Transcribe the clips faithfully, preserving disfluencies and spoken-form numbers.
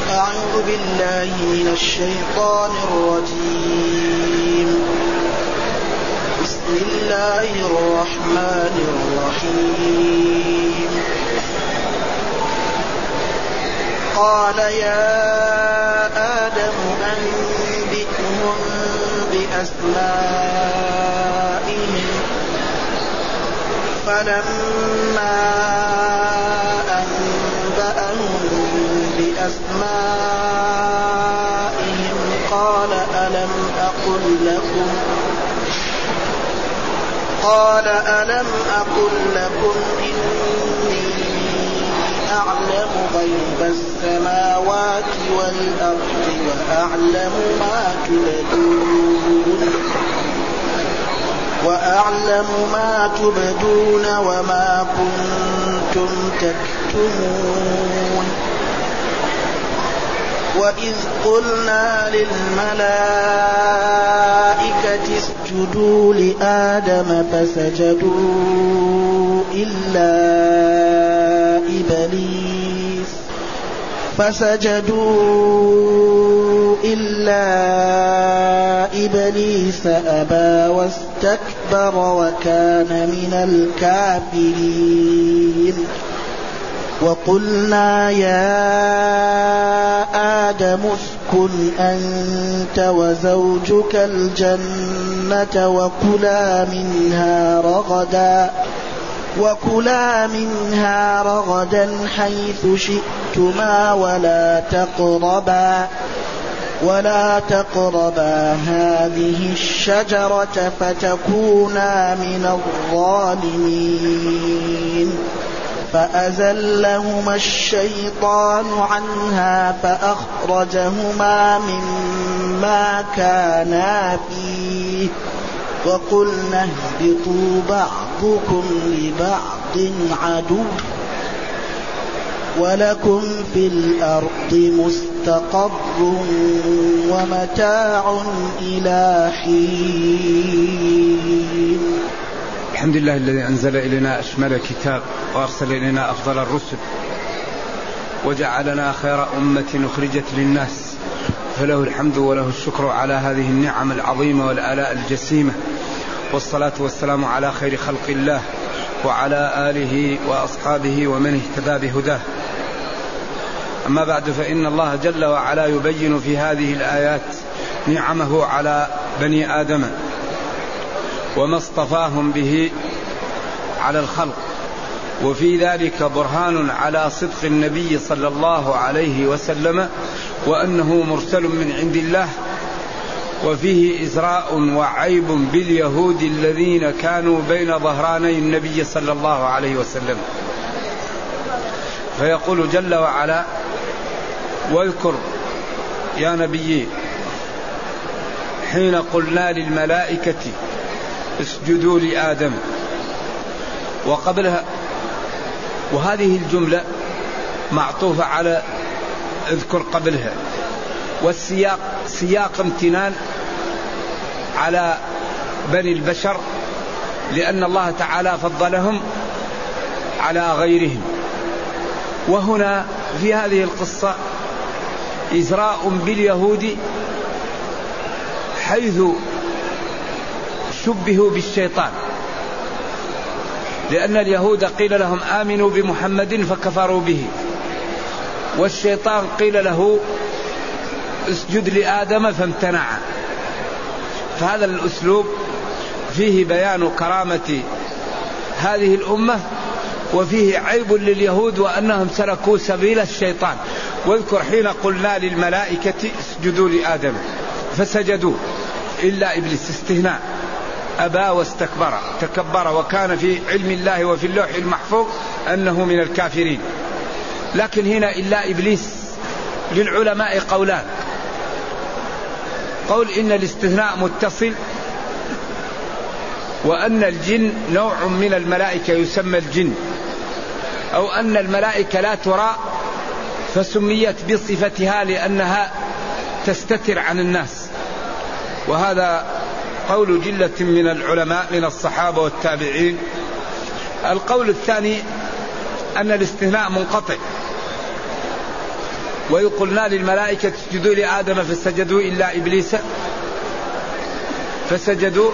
أعوذ بالله من الشيطان الرجيم. بسم الله الرحمن الرحيم. قال يا آدم أنبئهم بأسمائهم فلما أنبأهم بأسمائهم قال ألم أقل لكم قال ألم أقل لكم إني أعلم غيب السماوات والأرض وأعلم ما تبدون وأعلم ما تبدون وما كنتم تكتمون. وإذ قلنا للملائكة اسجدوا لآدم فسجدوا إلا إبليس فسجدوا إلا إبليس أبى واستكبر وكان من الكافرين. وقلنا يا آدم اسكن أنت وزوجك الجنة وكلا منها رغدا وكلا منها رغدا حيث شئتما ولا تقربا ولا تقربا هذه الشجرة فتكونا من الظالمين. فأزلهما الشيطان عنها فأخرجهما مما كانا فيه وقلنا اهبطوا بعضكم لبعض عدو ولكم في الأرض مستقر ومتاع إلى حين. الحمد لله الذي أنزل إلينا أشمل كتاب وأرسل إلينا أفضل الرسل وجعلنا خير أمة أخرجت للناس، فله الحمد وله الشكر على هذه النعم العظيمة والآلاء الجسيمة، والصلاة والسلام على خير خلق الله وعلى آله وأصحابه ومن اهتدى بهداه. أما بعد، فإن الله جل وعلا يبين في هذه الآيات نعمه على بني آدم وما اصطفاهم به على الخلق، وفي ذلك برهان على صدق النبي صلى الله عليه وسلم وأنه مرسل من عند الله، وفيه إزراء وعيب باليهود الذين كانوا بين ظهراني النبي صلى الله عليه وسلم. فيقول جل وعلا: واذكر يا نبي حين قلنا للملائكة اسجدوا لآدم. وقبلها، وهذه الجملة معطوفة على اذكر قبلها، والسياق سياق امتنان على بني البشر، لأن الله تعالى فضلهم على غيرهم. وهنا في هذه القصة إزراء باليهود، حيث شبهوا بالشيطان، لأن اليهود قيل لهم آمنوا بمحمد فكفروا به، والشيطان قيل له اسجد لآدم فامتنع. فهذا الأسلوب فيه بيان كرامة هذه الأمة، وفيه عيب لليهود وأنهم سلكوا سبيل الشيطان. واذكر حين قلنا للملائكة اسجدوا لآدم فسجدوا إلا إبليس، استثناء، أبى واستكبر تكبر، وكان في علم الله وفي اللوح المحفوظ أنه من الكافرين. لكن هنا إلا إبليس للعلماء قولان: قول إن الاستثناء متصل، وأن الجن نوع من الملائكة يسمى الجن، أو أن الملائكة لا ترى فسميت بصفتها لأنها تستتر عن الناس. وهذا قول جلة من العلماء من الصحابة والتابعين. القول الثاني أن الاستثناء منقطع، وإذ قلنا للملائكة اسجدوا لآدم فسجدوا إلا إبليس فسجدوا،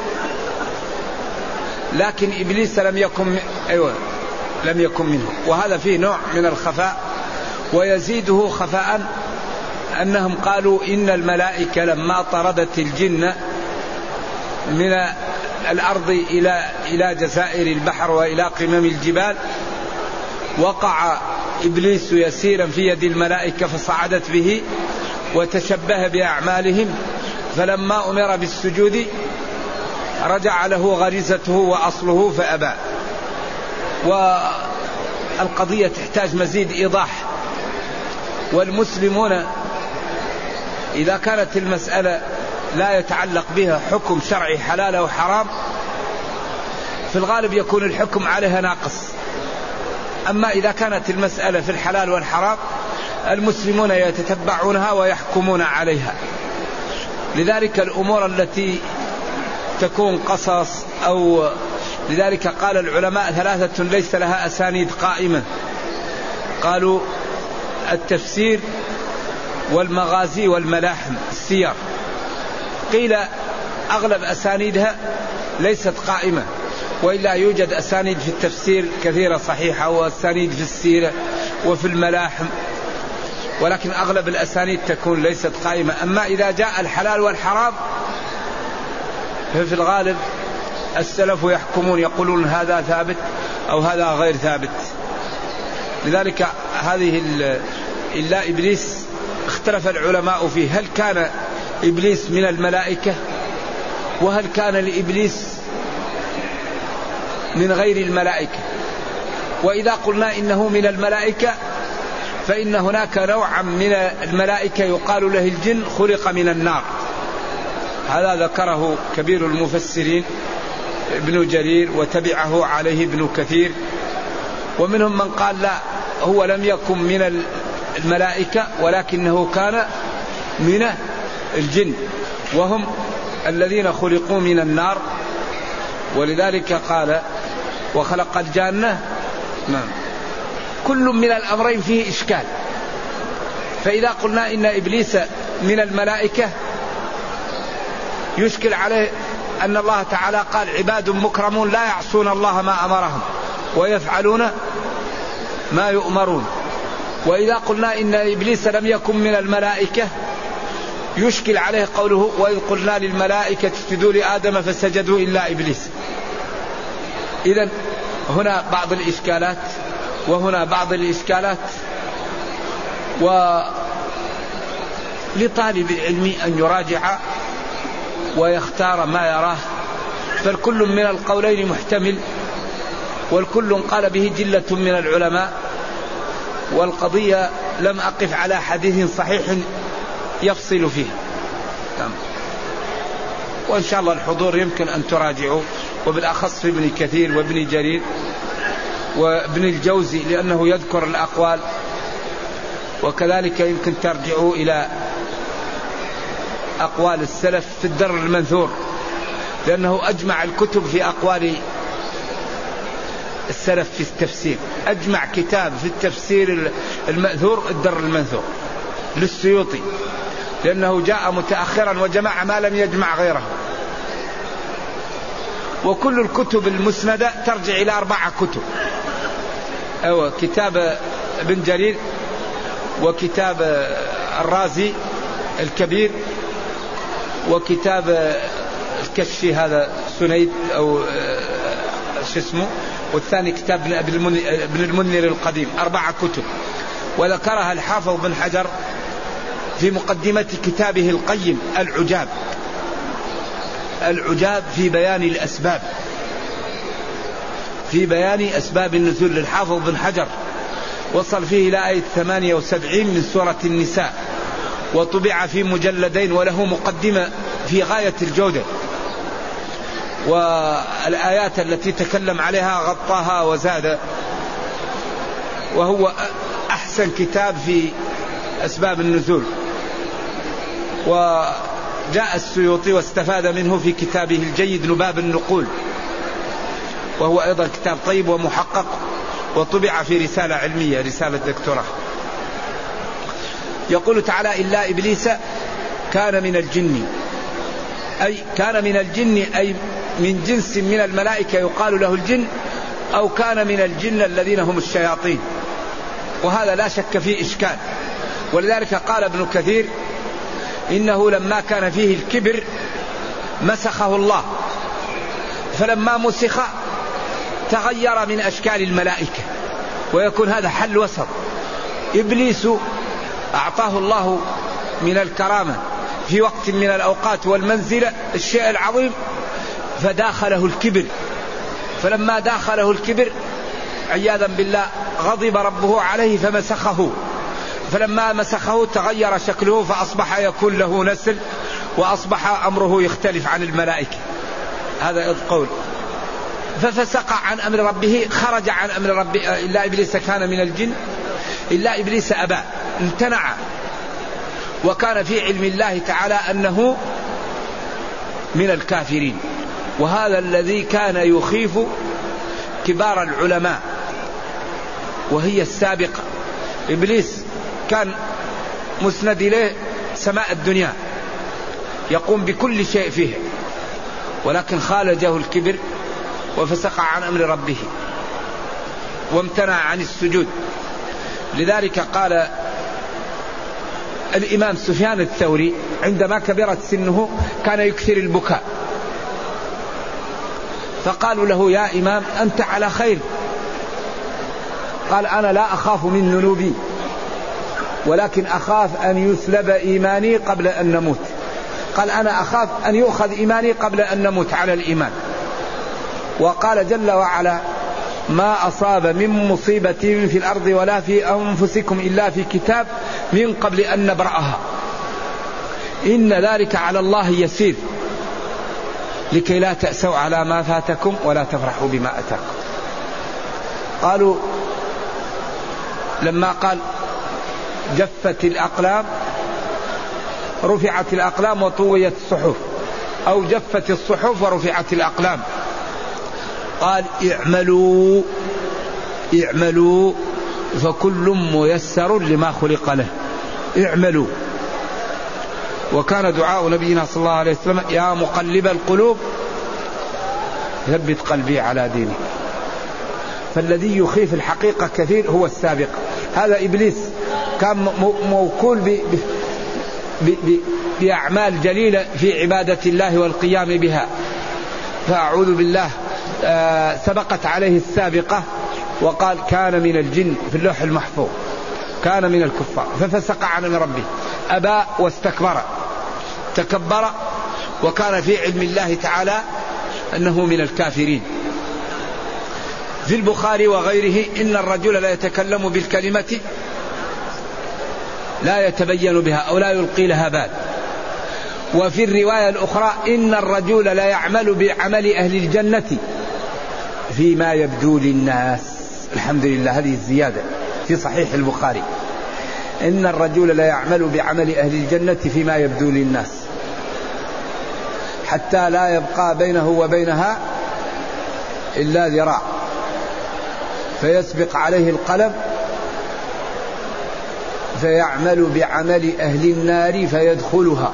لكن إبليس لم يكن أيوة لم يكن منه. وهذا فيه نوع من الخفاء، ويزيده خفاء أنهم قالوا إن الملائكة لما طردت الجن من الأرض إلى إلى جزائر البحر وإلى قمم الجبال، وقع إبليس يسيرا في يد الملائكة فصعدت به وتشبه بأعمالهم، فلما أمر بالسجود رجع له غريزته وأصله فأبى. والقضية تحتاج مزيد إيضاح. والمسلمون إذا كانت المسألة لا يتعلق بها حكم شرعي حلال أو حرام، في الغالب يكون الحكم عليها ناقص. أما إذا كانت المسألة في الحلال والحرام المسلمون يتتبعونها ويحكمون عليها. لذلك الأمور التي تكون قصص أو لذلك قال العلماء ثلاثة ليس لها أسانيد قائمة، قالوا التفسير والمغازي والملاحم السير. قيل أغلب أسانيدها ليست قائمة، وإلا يوجد أسانيد في التفسير كثيرة صحيحة وأسانيد في السيرة وفي الملاحم، ولكن أغلب الأسانيد تكون ليست قائمة. أما إذا جاء الحلال والحرام ففي الغالب السلف يحكمون يقولون هذا ثابت أو هذا غير ثابت. لذلك هذه إلا إبليس اختلف العلماء فيه، هل كان إبليس من الملائكة وهل كان لإبليس من غير الملائكة. وإذا قلنا إنه من الملائكة فإن هناك نوعا من الملائكة يقال له الجن خلق من النار. هذا ذكره كبير المفسرين ابن جرير وتبعه عليه ابن كثير. ومنهم من قال لا، هو لم يكن من الملائكة ولكنه كان من الجن، وهم الذين خلقوا من النار. ولذلك قال وخلق الجنة. نعم. كل من الأمرين فيه إشكال. فإذا قلنا إن إبليس من الملائكة يشكل عليه أن الله تعالى قال عباد مكرمون لا يعصون الله ما أمرهم ويفعلون ما يؤمرون. وإذا قلنا إن إبليس لم يكن من الملائكة يشكل عليه قوله وإذ قلنا للملائكة اسجدوا لآدم فسجدوا إلا إبليس. إذن هنا بعض الإشكالات وهنا بعض الإشكالات. ولطالب العلم أن يراجع ويختار ما يراه، فالكل من القولين محتمل، والكل قال به جلة من العلماء. والقضية لم أقف على حديث صحيح يفصل فيه. وإن شاء الله الحضور يمكن أن تراجعوا، وبالأخص في ابن كثير وابن جرير وابن الجوزي لأنه يذكر الأقوال. وكذلك يمكن ترجعوا إلى أقوال السلف في الدر المنثور، لأنه أجمع الكتب في أقوال السلف في التفسير. أجمع كتاب في التفسير المأثور الدر المنثور للسيوطي، لأنه جاء متأخرا وجمع ما لم يجمع غيره. وكل الكتب المسندة ترجع إلى أربعة كتب، أو كتاب ابن جرير، وكتاب الرازي الكبير، وكتاب الكشي هذا سنيد أو شو اسمه، والثاني كتاب ابن المنذر القديم. أربعة كتب، وذكرها الحافظ بن حجر في مقدمة كتابه القيم العجاب العجاب في بيان الأسباب في بيان أسباب النزول للحافظ بن حجر. وصل فيه إلى آية ثمانية وسبعين من سورة النساء، وطبع في مجلدين، وله مقدمة في غاية الجودة، والآيات التي تكلم عليها غطاها وزاد. وهو أحسن كتاب في أسباب النزول. وجاء السيوطي واستفاد منه في كتابه الجيد لباب النقول، وهو أيضا كتاب طيب ومحقق، وطبع في رسالة علمية، رسالة دكتوراه. يقول تعالى إلا إبليس كان من الجن، أي كان من الجن أي من جنس من الملائكة يقال له الجن، أو كان من الجن الذين هم الشياطين، وهذا لا شك فيه إشكال. ولذلك قال ابن كثير إنه لما كان فيه الكبر مسخه الله، فلما مسخ تغير من أشكال الملائكة، ويكون هذا حل وسط. إبليس أعطاه الله من الكرامة في وقت من الأوقات والمنزلة الشيء العظيم، فداخله الكبر، فلما داخله الكبر عياذا بالله غضب ربه عليه فمسخه، فلما مسخه تغير شكله فأصبح يكون له نسل، وأصبح أمره يختلف عن الملائكة. هذا قول. ففسق عن أمر ربه، خرج عن أمر ربه. إلا إبليس كان من الجن، إلا إبليس أبى، امتنع، وكان في علم الله تعالى أنه من الكافرين. وهذا الذي كان يخيف كبار العلماء، وهي السابقة. إبليس كان مسند إليه سماء الدنيا، يقوم بكل شيء فيه، ولكن خالجه الكبر وفسق عن أمر ربه وامتنع عن السجود. لذلك قال الإمام سفيان الثوري عندما كبرت سنه كان يكثر البكاء، فقالوا له يا إمام أنت على خير، قال أنا لا أخاف من ذنوبي، ولكن أخاف أن يسلب إيماني قبل أن نموت. قال أنا أخاف أن يؤخذ إيماني قبل أن نموت على الإيمان. وقال جل وعلا ما أصاب من مصيبة في الأرض ولا في أنفسكم إلا في كتاب من قبل أن نبرأها إن ذلك على الله يسير لكي لا تأسوا على ما فاتكم ولا تفرحوا بما أتاكم. قالوا لما قال جفت الأقلام رفعت الأقلام وطويت الصحف، أو جفت الصحف ورفعت الأقلام، قال اعملوا اعملوا فكل ميسر لما خلق له. اعملوا. وكان دعاء نبينا صلى الله عليه وسلم يا مقلب القلوب ثبت قلبي على دينك. فالذي يخيف الحقيقة كثير هو السابق. هذا إبليس كان موكول ب ب ب بأعمال جليلة في عبادة الله والقيام بها، فأعوذ بالله آه سبقت عليه السابقة، وقال كان من الجن في اللوح المحفوظ، كان من الكفار ففسق عن ربه، أبى واستكبر، تكبر، وكان في علم الله تعالى أنه من الكافرين. في البخاري وغيره إن الرجل لا يتكلم بالكلمة لا يتبين بها أو لا يلقي لها بال. وفي الرواية الأخرى إن الرجل لا يعمل بعمل أهل الجنة فيما يبدو للناس. الحمد لله، هذه الزيادة في صحيح البخاري، إن الرجل لا يعمل بعمل أهل الجنة فيما يبدو للناس حتى لا يبقى بينه وبينها إلا ذراع فيسبق عليه القلم فيعمل بعمل أهل النار فيدخلها.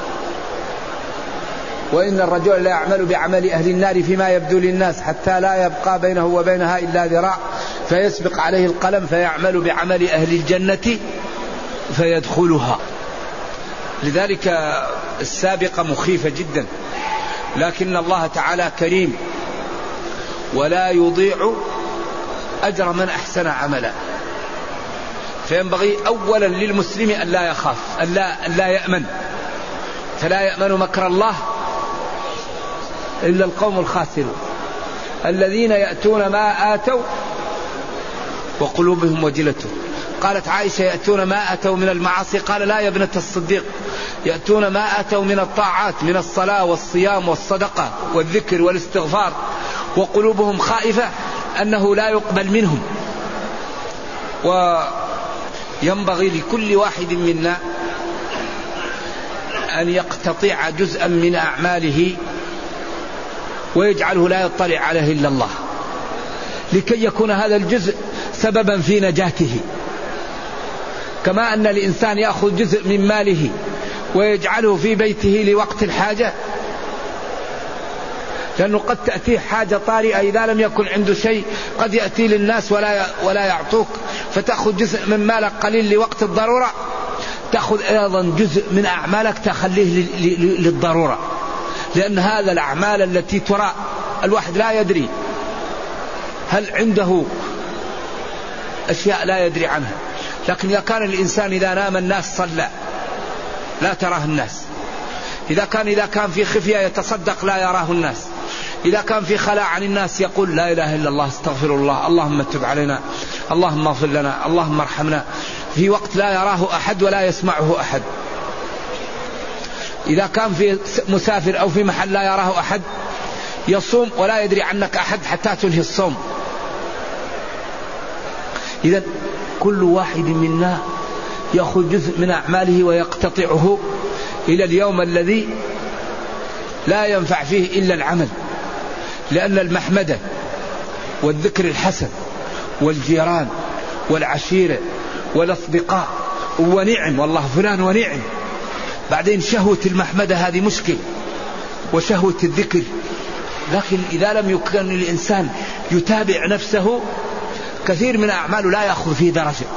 وإن الرجل لا يعمل بعمل أهل النار فيما يبدو للناس حتى لا يبقى بينه وبينها إلا ذراع فيسبق عليه القلم فيعمل بعمل أهل الجنة فيدخلها. لذلك السابقة مخيفة جدا، لكن الله تعالى كريم ولا يضيع أجر من أحسن عملا. فينبغي أولا للمسلم أن لا يخاف، أن لا, أن لا يأمن، فلا يأمن مكر الله إلا القوم الخاسرون الذين يأتون ما آتوا وقلوبهم وجلة. قالت عائشة يأتون ما آتوا من المعاصي، قال لا يا ابنة الصديق، يأتون ما آتوا من الطاعات من الصلاة والصيام والصدقة والذكر والاستغفار وقلوبهم خائفة أنه لا يقبل منهم. وينبغي لكل واحد منا أن يقتطع جزءا من أعماله ويجعله لا يطلع عليه إلا الله، لكي يكون هذا الجزء سببا في نجاته. كما أن الإنسان يأخذ جزء من ماله ويجعله في بيته لوقت الحاجة، لأنه قد تأتيه حاجة طارئة إذا لم يكن عنده شيء قد يأتي للناس ولا ولا يعطوك، فتأخذ جزء من مالك قليل لوقت الضرورة، تأخذ أيضا جزء من أعمالك تخليه للضرورة، لأن هذا الأعمال التي ترى الواحد لا يدري هل عنده أشياء لا يدري عنها، لكن إذا كان الإنسان إذا نام الناس صلى لا تراه الناس، إذا كان إذا كان في خفية يتصدق لا يراه الناس، إذا كان في خلاء عن الناس يقول لا إله إلا الله استغفر الله اللهم تب علينا اللهم اغفر لنا اللهم ارحمنا، في وقت لا يراه أحد ولا يسمعه أحد. إذا كان في مسافر أو في محل لا يراه أحد يصوم ولا يدري عنك أحد حتى تنهي الصوم. إذن كل واحد منا يأخذ جزء من أعماله ويقتطعه إلى اليوم الذي لا ينفع فيه إلا العمل، لأن المحمدة والذكر الحسن والجيران والعشيرة والأصدقاء ونعم والله فلان ونعم، بعدين شهوة المحمدة هذه مشكل وشهوة الذكر، لكن إذا لم يكن الإنسان يتابع نفسه كثير من أعماله لا يأخذ فيه درجة.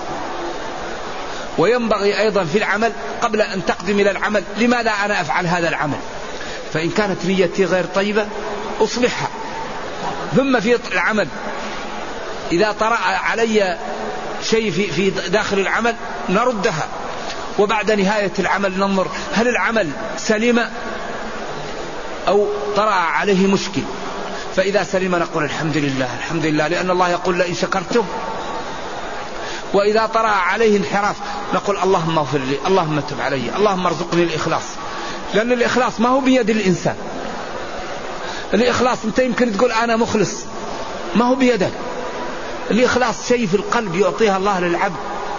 وينبغي أيضا في العمل قبل أن تقدم إلى العمل لماذا أنا أفعل هذا العمل، فإن كانت نيتي غير طيبة أصلحها، ثم في العمل إذا طرأ علي شيء في, في داخل العمل نردها، وبعد نهاية العمل ننظر هل العمل سليم أو طرأ عليه مشكل، فإذا سلم نقول الحمد لله الحمد لله، لأن الله يقول لئن شكرتم، وإذا طرأ عليه انحراف نقول اللهم اغفر لي اللهم تب علي اللهم ارزقني الإخلاص، لأن الإخلاص ما هو بيد الإنسان. الإخلاص أنت يمكن تقول أنا مخلص، ما هو بيدك. الإخلاص شيء في القلب يعطيها الله للعبد،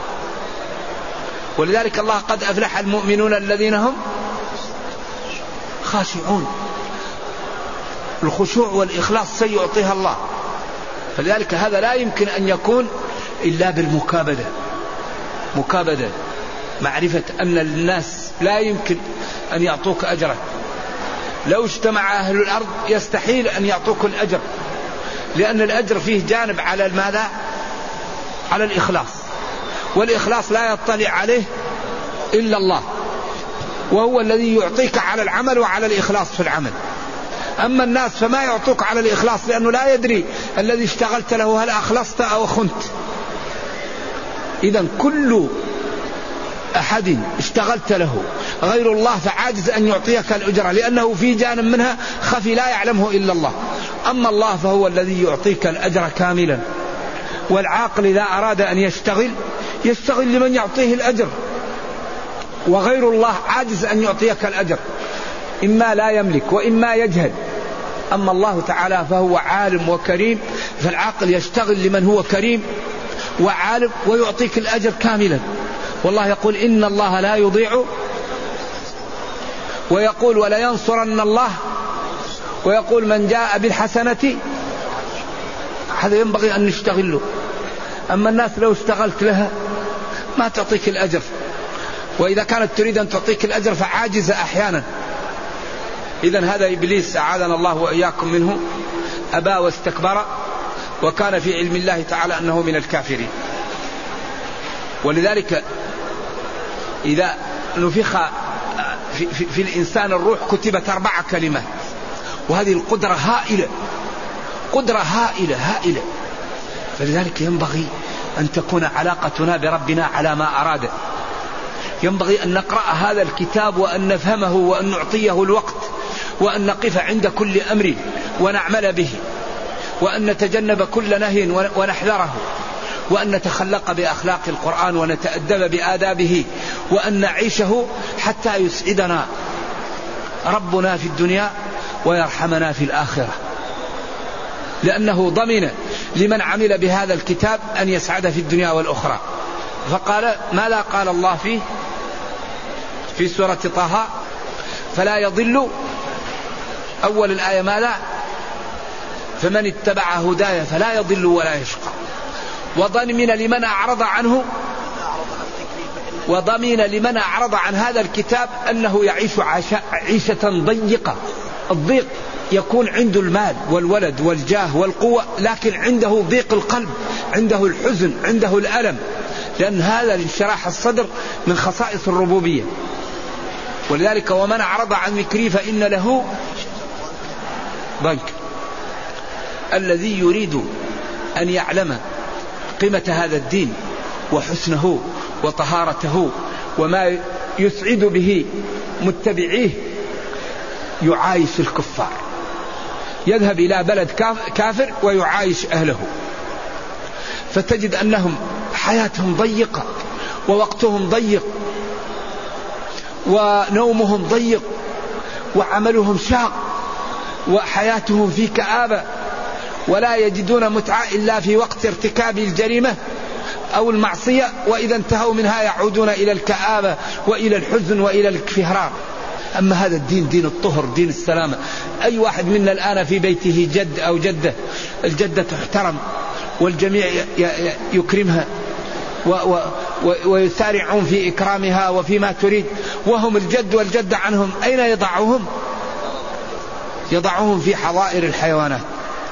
ولذلك الله قد أفلح المؤمنون الذين هم خاشعون. الخشوع والإخلاص شيء يعطيها الله، فلذلك هذا لا يمكن أن يكون إلا بالمكابدة. مكابدة معرفة أن الناس لا يمكن أن يعطوك أجرا، لو اجتمع أهل الأرض يستحيل أن يعطوك الأجر، لأن الأجر فيه جانب على الماذا؟ على الإخلاص، والإخلاص لا يطلع عليه إلا الله، وهو الذي يعطيك على العمل وعلى الإخلاص في العمل. أما الناس فما يعطوك على الإخلاص، لأنه لا يدري الذي اشتغلت له هل أخلصت أو خنت. إذن كل أحد اشتغلت له غير الله فعاجز أن يعطيك الأجرة، لأنه في جانب منها خفي لا يعلمه إلا الله. أما الله فهو الذي يعطيك الأجر كاملا، والعاقل إذا أراد أن يشتغل يشتغل لمن يعطيه الأجر، وغير الله عاجز أن يعطيك الأجر، إما لا يملك وإما يجهل. أما الله تعالى فهو عالم وكريم، فالعاقل يشتغل لمن هو كريم وعالم ويعطيك الأجر كاملا. والله يقول إن الله لا يضيع، ويقول ولا ينصرن الله، ويقول من جاء بالحسنة، هذا ينبغي أن نشتغل له. أما الناس لو اشتغلت لها ما تعطيك الأجر، وإذا كانت تريد أن تعطيك الأجر فعاجزة أحيانا. إذن هذا إبليس أعاذنا الله وإياكم منه، أبى واستكبر وكان في علم الله تعالى أنه من الكافرين. ولذلك إذا نفخ في, في, في الإنسان الروح كتبت أربع كلمات، وهذه القدرة هائلة، قدرة هائلة هائلة. فلذلك ينبغي أن تكون علاقتنا بربنا على ما أراد. ينبغي أن نقرأ هذا الكتاب وأن نفهمه وأن نعطيه الوقت، وأن نقف عند كل أمر ونعمل به، وأن نتجنب كل نهي ونحذره، وأن نتخلق بأخلاق القرآن ونتأدب بآدابه، وأن نعيشه حتى يسعدنا ربنا في الدنيا ويرحمنا في الآخرة، لأنه ضمن لمن عمل بهذا الكتاب أن يسعد في الدنيا والأخرى. فقال ماذا قال الله فيه في سورة طه؟ فلا يضل، أول الآية ماذا؟ فمن اتبع هدايا فلا يضل ولا يشقى. وضمن لمن أعرض عنه وضمين لمن أعرض عن هذا الكتاب أنه يعيش عيشة ضيقة. الضيق يكون عنده المال والولد والجاه والقوة، لكن عنده ضيق القلب، عنده الحزن، عنده الألم، لأن هذا انشراح الصدر من خصائص الربوبية. ولذلك ومن أعرض عن ذكري فإن له ضنك. الذي يريد أن يعلم قيمة هذا الدين وحسنه وطهارته وما يسعد به متبعيه يعايش الكفار، يذهب إلى بلد كافر ويعايش أهله، فتجد أنهم حياتهم ضيقة ووقتهم ضيق ونومهم ضيق وعملهم شاق وحياتهم في كآبة، ولا يجدون متعة إلا في وقت ارتكاب الجريمة أو المعصية، وإذا انتهوا منها يعودون إلى الكآبة وإلى الحزن وإلى الانفهار. أما هذا الدين دين الطهر، دين السلامة. أي واحد منا الآن في بيته جد أو جدة، الجدة تحترم والجميع يكرمها ويسارعون في إكرامها وفيما تريد، وهم الجد والجدة عنهم أين يضعوهم؟ يضعوهم في حظائر الحيوانات،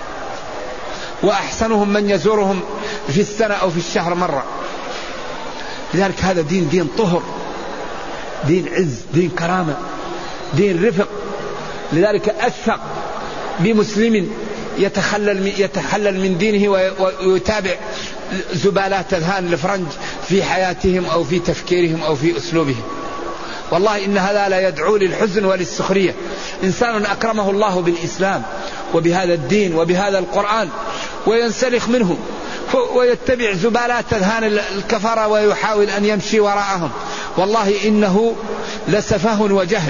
وأحسنهم من يزورهم في السنة أو في الشهر مرة. لذلك هذا دين دين طهر، دين عز، دين كرامة، دين رفق. لذلك أشفق بمسلم يتخلل يتخلل من دينه ويتابع زبالات أذهان الفرنج في حياتهم أو في تفكيرهم أو في أسلوبهم. والله إن هذا لا يدعو للحزن وللسخرية. إنسان أكرمه الله بالإسلام وبهذا الدين وبهذا القرآن وينسلخ منه ويتبع زبالات أذهان الكفرة ويحاول أن يمشي وراءهم، والله إنه لسفه وجهل.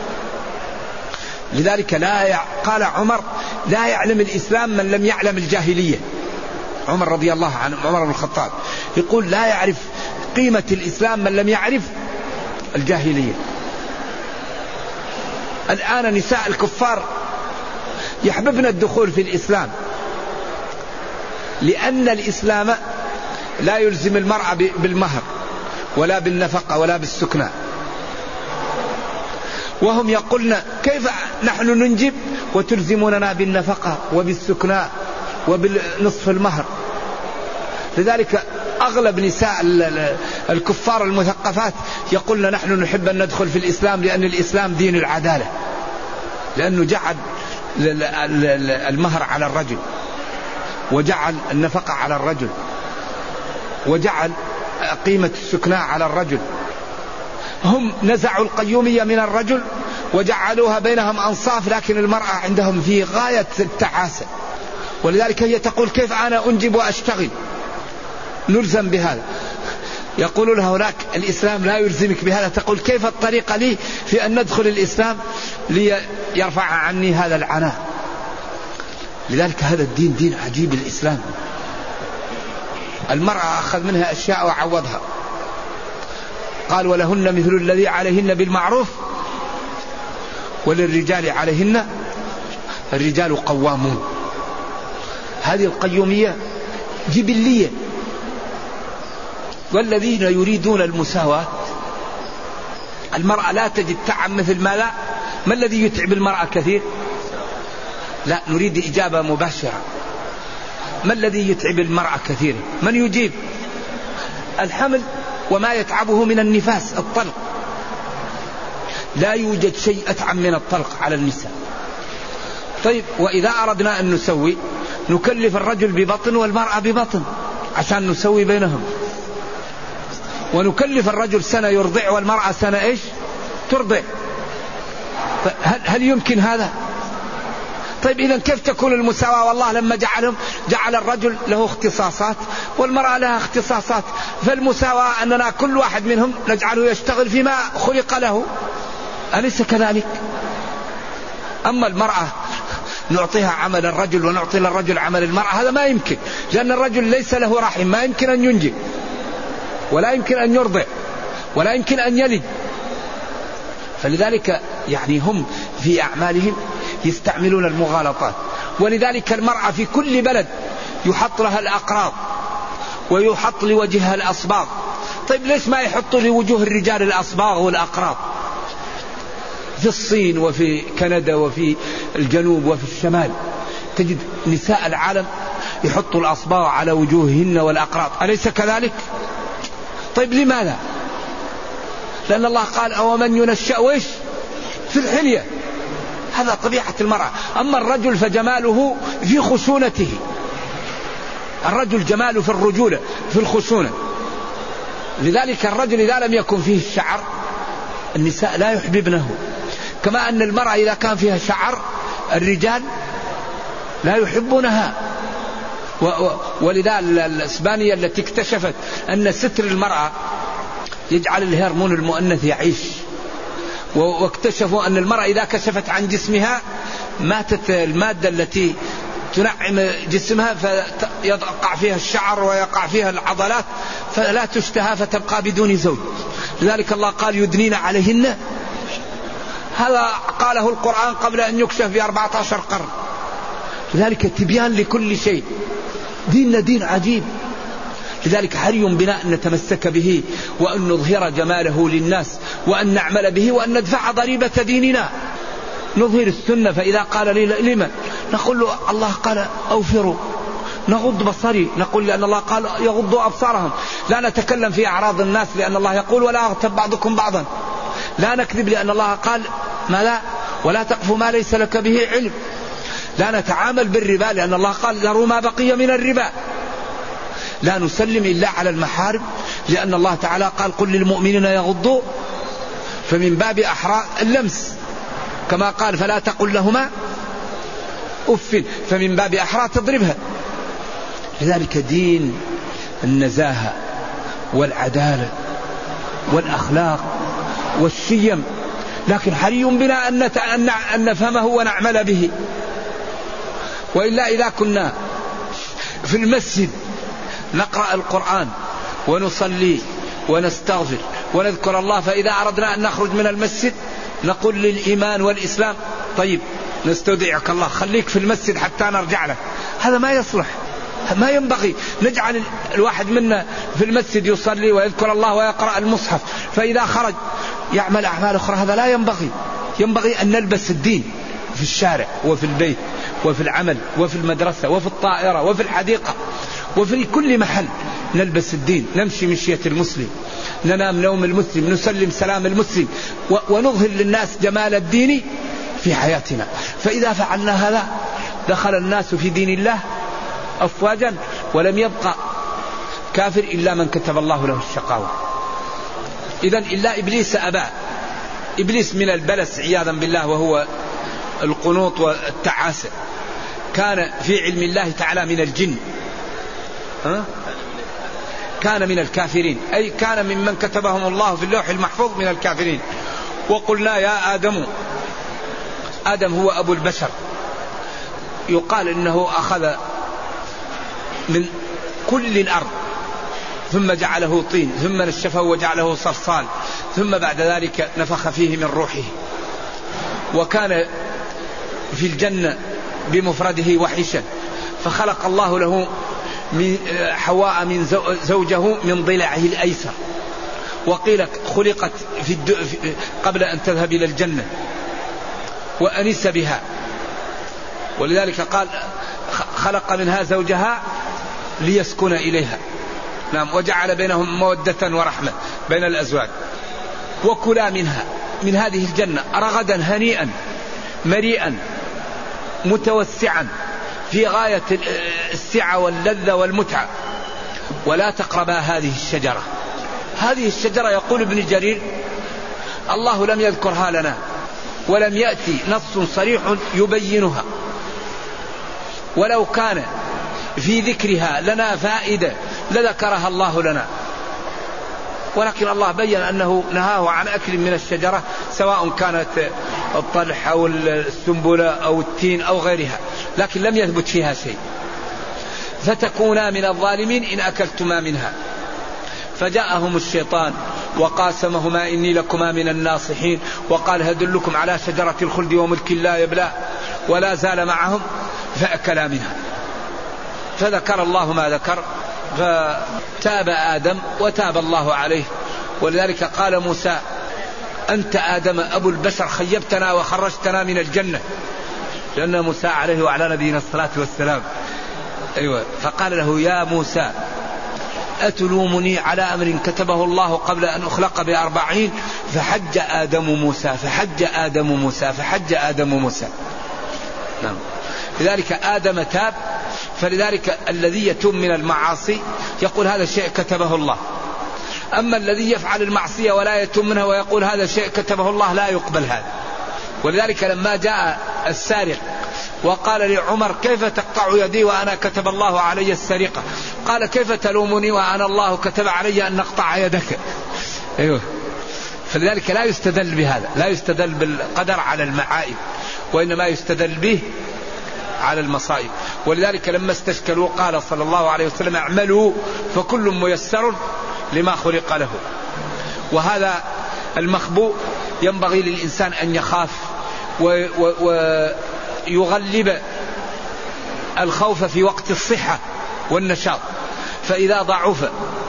لذلك لا ي... قال عمر: لا يعلم الإسلام من لم يعلم الجاهلية. عمر رضي الله عنه، عمر بن الخطاب يقول: لا يعرف قيمة الإسلام من لم يعرف الجاهلية. الآن نساء الكفار يحببن الدخول في الإسلام، لأن الإسلام لا يلزم المرأة بالمهر ولا بالنفقة ولا بالسكنى، وهم يقولن: كيف نحن ننجب وتلزموننا بالنفقة وبالسكنى وبالنصف المهر؟ لذلك أغلب نساء الكفار المثقفات يقولن: نحن نحب أن ندخل في الإسلام لأن الإسلام دين العدالة، لأنه جعل المهر على الرجل وجعل النفقة على الرجل وجعل قيمة السكنى على الرجل. هم نزعوا القيومية من الرجل وجعلوها بينهم أنصاف، لكن المرأة عندهم في غاية التعاسة. ولذلك هي تقول: كيف أنا أنجب وأشتغل؟ نلزم بهذا. يقول لها هناك: الإسلام لا يلزمك بهذا. تقول: كيف الطريقة لي في أن ندخل الإسلام ليرفع عني هذا العناء؟ لذلك هذا الدين دين عجيب الإسلام. المرأة أخذ منها أشياء وعوضها. قال: ولهن مثل الذي عليهن بالمعروف وللرجال عليهن. الرجال قوامون. هذه القيومية جبلية. والذين يريدون المساواة، المرأة لا تجد تعب مثل ما لا. ما الذي يتعب المرأة كثير؟ لا، نريد إجابة مباشرة. ما الذي يتعب المرأة كثيرا؟ من يجيب؟ الحمل وما يتعبه من النفاس، الطلق. لا يوجد شيء أتعب من الطلق على النساء. طيب، وإذا أردنا أن نسوي، نكلف الرجل ببطن والمرأة ببطن عشان نسوي بينهم، ونكلف الرجل سنة يرضع والمرأة سنة إيش ترضع. هل, هل يمكن هذا؟ طيب، إذن كيف تكون المساواة؟ والله لما جعلهم جعل الرجل له اختصاصات والمرأة لها اختصاصات. فالمساواة أننا كل واحد منهم نجعله يشتغل فيما خلق له، أليس كذلك؟ أما المرأة نعطيها عمل الرجل ونعطي للرجل عمل المرأة، هذا ما يمكن، لأن الرجل ليس له رحم، ما يمكن أن ينجب ولا يمكن أن يرضع ولا يمكن أن يلد. فلذلك يعني هم في أعمالهم يستعملون المغالطات. ولذلك المرأة في كل بلد يحط لها الأقراض ويحط لوجهها الأصباغ طيب ليش ما يحطوا لوجوه الرجال الأصباغ والأقراط؟ في الصين وفي كندا وفي الجنوب وفي الشمال تجد نساء العالم يحطوا الأصباغ على وجوههن والأقراط، أليس كذلك؟ طيب لماذا؟ لأن الله قال أو من ينشأ ويش في الحلية، هذا طبيعة المرأة. أما الرجل فجماله في خشونته، الرجل جماله في الرجولة في الخشونة. لذلك الرجل إذا لم يكن فيه الشعر النساء لا يحببنه، كما أن المرأة إذا كان فيها شعر الرجال لا يحبونها. ولذا الإسبانية التي اكتشفت أن ستر المرأة يجعل الهرمون المؤنث يعيش، واكتشفوا أن المرأة إذا كشفت عن جسمها ماتت المادة التي تنعم جسمها فيقع فيها الشعر ويقع فيها العضلات فلا تشتهى فتبقى بدون زوج. لذلك الله قال يدنين عليهن، هذا قاله القرآن قبل أن يكشف بأربعة عشر قرن. لذلك تبيان لكل شيء، ديننا دين عجيب. لذلك حري بنا أن نتمسك به وأن نظهر جماله للناس وأن نعمل به وأن ندفع ضريبة ديننا، نظهر السنة. فإذا قال لي لمن نقول له الله قال أوفروا، نغض بصري نقول لأن الله قال يغضوا أبصارهم. لا نتكلم في أعراض الناس لأن الله يقول ولا أغتب بعضكم بعضا. لا نكذب لأن الله قال ما لا ولا تقف ما ليس لك به علم. لا نتعامل بالربا لأن الله قال ذروا ما بقي من الربا. لا نسلم إلا على المحارم لأن الله تعالى قال قل للمؤمنين يغضوا، فمن باب أحرى اللمس كما قال فلا تقل لهما أف، فمن باب أحرى تضربها. لذلك دين النزاهة والعدالة والأخلاق والشيم، لكن حري بنا أن نفهمه ونعمل به. وإلا إذا كنا في المسجد نقرأ القرآن ونصلي ونستغفر ونذكر الله، فإذا أردنا أن نخرج من المسجد نقول للإيمان والإسلام طيب نستودعك الله خليك في المسجد حتى نرجع لك، هذا ما يصلح. ما ينبغي نجعل الواحد منا في المسجد يصلي ويذكر الله ويقرأ المصحف فإذا خرج يعمل أعمال أخرى، هذا لا ينبغي. ينبغي أن نلبس الدين في الشارع وفي البيت وفي العمل وفي المدرسة وفي الطائرة وفي الحديقة وفي كل محل، نلبس الدين، نمشي مشية المسلم، ننام نوم المسلم، نسلم سلام المسلم، ونظهر للناس جمال الدين في حياتنا. فإذا فعلنا هذا دخل الناس في دين الله أفواجا، ولم يبقى كافر إلا من كتب الله له الشقاوة. إذن إلا إبليس أبى، إبليس من البلس عياذا بالله وهو القنوط والتعاسة، كان في علم الله تعالى من الجن، ها؟ كان من الكافرين، أي كان ممن كتبهم الله في اللوح المحفوظ من الكافرين. وقلنا يا آدم، آدم هو أبو البشر، يقال إنه أخذ من كل الأرض ثم جعله طين ثم نشفه وجعله صلصال ثم بعد ذلك نفخ فيه من روحه. وكان في الجنة بمفرده وحشا، فخلق الله له من حواء من زوجه من ضلعه الأيسر، وقيل خلقت في الد... قبل أن تذهب إلى الجنة وأنس بها، ولذلك قال خلق منها زوجها ليسكن إليها، نعم، وجعل بينهم مودة ورحمة بين الأزواج. وكلا منها من هذه الجنة رغدا هنيئا مريئا متوسعا في غاية السعة واللذة والمتعة، ولا تقربا هذه الشجرة. هذه الشجرة يقول ابن جرير الله لم يذكرها لنا ولم يأتي نص صريح يبينها، ولو كان في ذكرها لنا فائدة لذكرها الله لنا، ولكن الله بيّن أنه نهاه عن أكل من الشجرة سواء كانت الطلح أو السنبلة أو التين أو غيرها، لكن لم يثبت فيها شيء. فتكونا من الظالمين إن أكلتما منها. فجاءهم الشيطان وقاسمهما إني لكما من الناصحين وقال هدلكم على شجرة الخلد وملك لا يبلى، ولا زال معهم فأكلا منها. فذكر الله ما ذكر فتاب آدم وتاب الله عليه. ولذلك قال موسى أنت آدم أبو البشر خيبتنا وخرجتنا من الجنة، لأن موسى عليه وعلى نبينا الصلاة والسلام أيوة فقال له يا موسى أتلومني على أمر كتبه الله قبل أن أخلق بأربعين؟ فحج آدم موسى فحج آدم موسى فحج آدم موسى. نعم. لذلك آدم تاب. فلذلك الذي يتوب من المعاصي يقول هذا الشيء كتبه الله. أما الذي يفعل المعصية ولا يتوب منها ويقول هذا الشيء كتبه الله لا يقبل هذا. ولذلك لما جاء السارق وقال لعمر كيف تقطع يدي وأنا كتب الله علي السرقة؟ قال كيف تلومني وأنا الله كتب علي أن نقطع يدك؟ أيوه. فلذلك لا يستدل بهذا، لا يستدل بالقدر على المعائب، وإنما يستدل به على المصائب. ولذلك لما استشكلوا قال صلى الله عليه وسلم اعملوا فكل ميسر لما خلق له. وهذا المخبوء ينبغي للإنسان أن يخاف ويغلب الخوف في وقت الصحة والنشاط، فإذا ضعف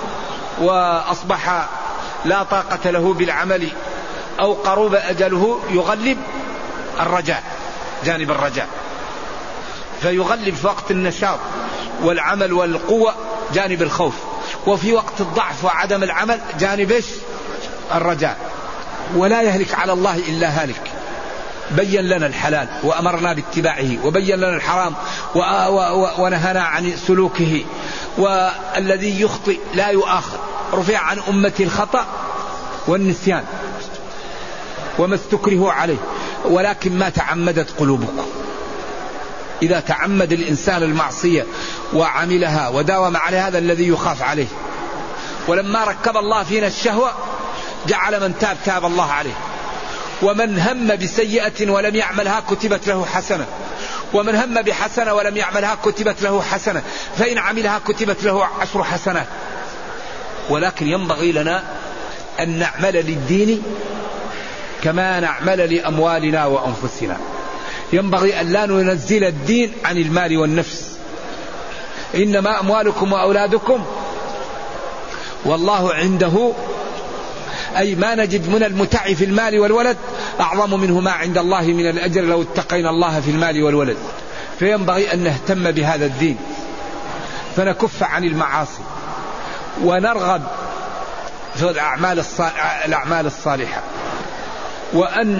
وأصبح لا طاقة له بالعمل أو قرب أجله يغلب الرجاء، جانب الرجاء، فيغلب في وقت النشاط والعمل والقوة جانب الخوف، وفي وقت الضعف وعدم العمل جانب الرجاء. ولا يهلك على الله إلا هالك. بين لنا الحلال وأمرنا باتباعه، وبين لنا الحرام ونهانا عن سلوكه. والذي يخطئ لا يؤاخذ، رفع عن أمتي الخطأ والنسيان وما استكرهوا عليه ولكن ما تعمدت قلوبكم. إذا تعمد الإنسان المعصية وعملها وداوم على هذا الذي يخاف عليه. ولما ركب الله فينا الشهوة جعل من تاب تاب الله عليه، ومن هم بسيئة ولم يعملها كتبت له حسنة، ومن هم بحسنة ولم يعملها كتبت له حسنة، فإن عملها كتبت له عشر حسنات. ولكن ينبغي لنا أن نعمل للدين كما نعمل لأموالنا وأنفسنا. ينبغي أن لا ننزل الدين عن المال والنفس. إنما أموالكم وأولادكم والله عنده، أي ما نجد من المتع في المال والولد أعظم منه ما عند الله من الأجر لو اتقينا الله في المال والولد. فينبغي أن نهتم بهذا الدين، فنكف عن المعاصي ونرغب في الأعمال الصالحة، وأن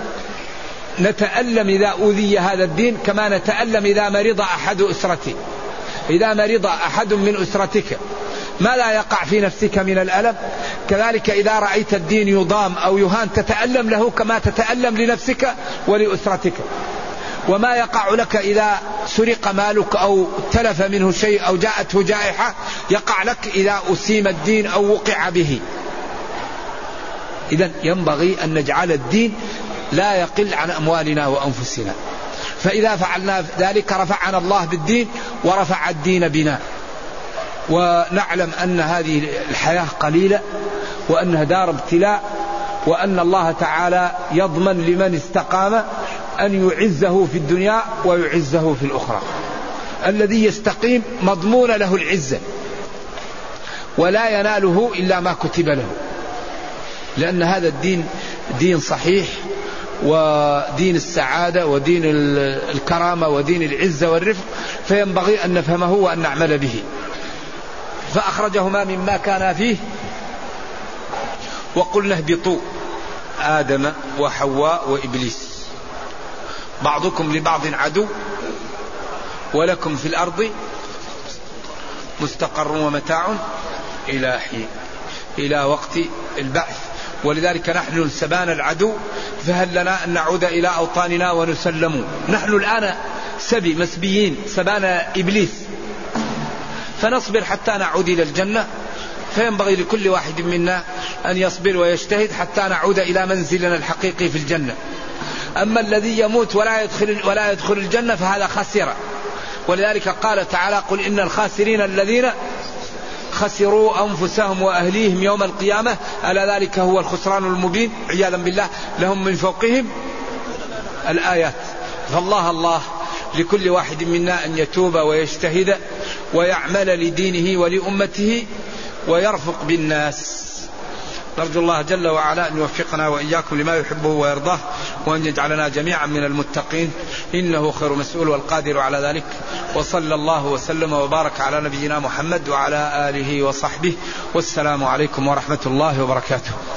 نتألم إذا أوذي هذا الدين كما نتألم إذا مرض أحد أسرتي. إذا مرض أحد من أسرتك ما لا يقع في نفسك من الألم، كذلك إذا رأيت الدين يضام أو يهان تتألم له كما تتألم لنفسك ولأسرتك. وما يقع لك إذا سرق مالك أو تلف منه شيء أو جاءته جائحة يقع لك إذا أسيم الدين أو وقع به. إذن ينبغي أن نجعل الدين لا يقل عن أموالنا وأنفسنا، فإذا فعلنا ذلك رفعنا الله بالدين ورفع الدين بنا. ونعلم أن هذه الحياة قليلة وأنها دار ابتلاء، وأن الله تعالى يضمن لمن استقام أن يعزه في الدنيا ويعزه في الأخرى. الذي يستقيم مضمون له العزة ولا يناله إلا ما كتب له، لأن هذا الدين دين صحيح ودين السعادة ودين الكرامة ودين العزة والرفق، فينبغي أن نفهمه وأن نعمل به. فأخرجهما مما كان فيه وقلنا اهبطوا، آدم وحواء وإبليس بعضكم لبعض عدو ولكم في الأرض مستقر ومتاع إلى حين، إلى وقت البعث. ولذلك نحن سبان العدو، فهل لنا أن نعود إلى أوطاننا ونسلم. نحن الآن سبي مسبيين سبان إبليس، فنصبر حتى نعود إلى الجنة. فينبغي لكل واحد منا أن يصبر ويجتهد حتى نعود إلى منزلنا الحقيقي في الجنة. أما الذي يموت ولا يدخل, ولا يدخل الجنة فهذا خسر. ولذلك قال تعالى قل إن الخاسرين الذين خسروا أنفسهم وأهليهم يوم القيامة ألا ذلك هو الخسران المبين عياذا بالله، لهم من فوقهم الآيات. فالله الله لكل واحد منا أن يتوب ويجتهد ويعمل لدينه ولأمته ويرفق بالناس. نرجو الله جل وعلا أن يوفقنا وإياكم لما يحبه ويرضاه، وأن يجعلنا جميعا من المتقين، إنه خير مسؤول والقادر على ذلك. وصلى الله وسلم وبارك على نبينا محمد وعلى آله وصحبه، والسلام عليكم ورحمة الله وبركاته.